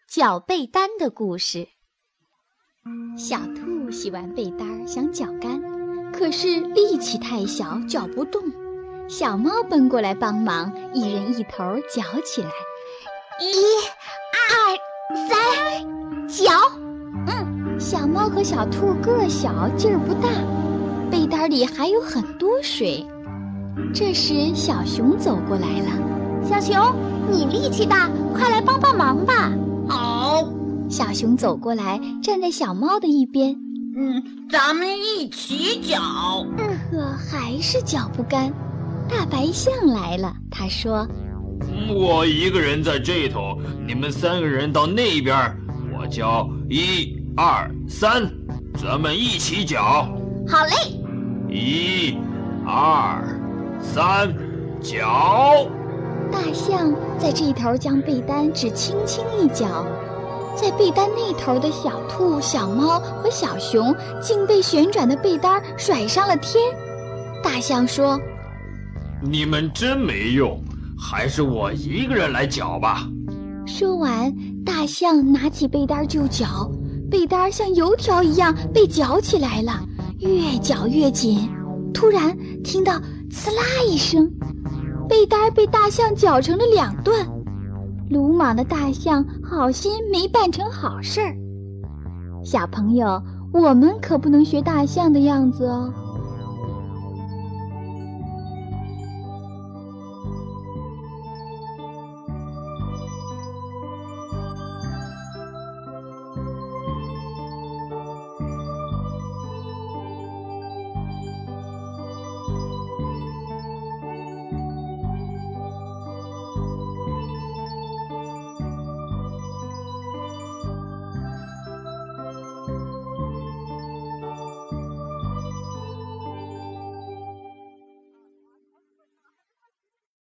搅被单的故事。小兔洗完被单想搅干，可是力气太小，搅不动。小猫奔过来帮忙，一人一头搅起来。 1、2、3，搅！ 小猫和小兔个小，劲儿不大，被单里还有很多水。这时小熊走过来了。 小熊，你力气大，快来帮帮忙吧。 好。 小熊走过来，站在小猫的一边。 咱们一起搅。 可还是搅不干。大白象来了，他说： 我一个人在这头，你们3个人到那边，我叫1、2、3，咱们一起搅。 好嘞。 1、2、3，搅。 大象在这头将被单只轻轻一搅，在被单那头的小兔、小猫和小熊竟被旋转的被单甩上了天。大象说： 你们真没用，还是我一个人来搅吧。 说完，大象拿起被单就搅，被单像油条一样被搅起来了，越搅越紧。突然听到呲啦一声，被单被大象搅成了2段。鲁莽的大象好心没办成好事儿。小朋友，我们可不能学大象的样子哦。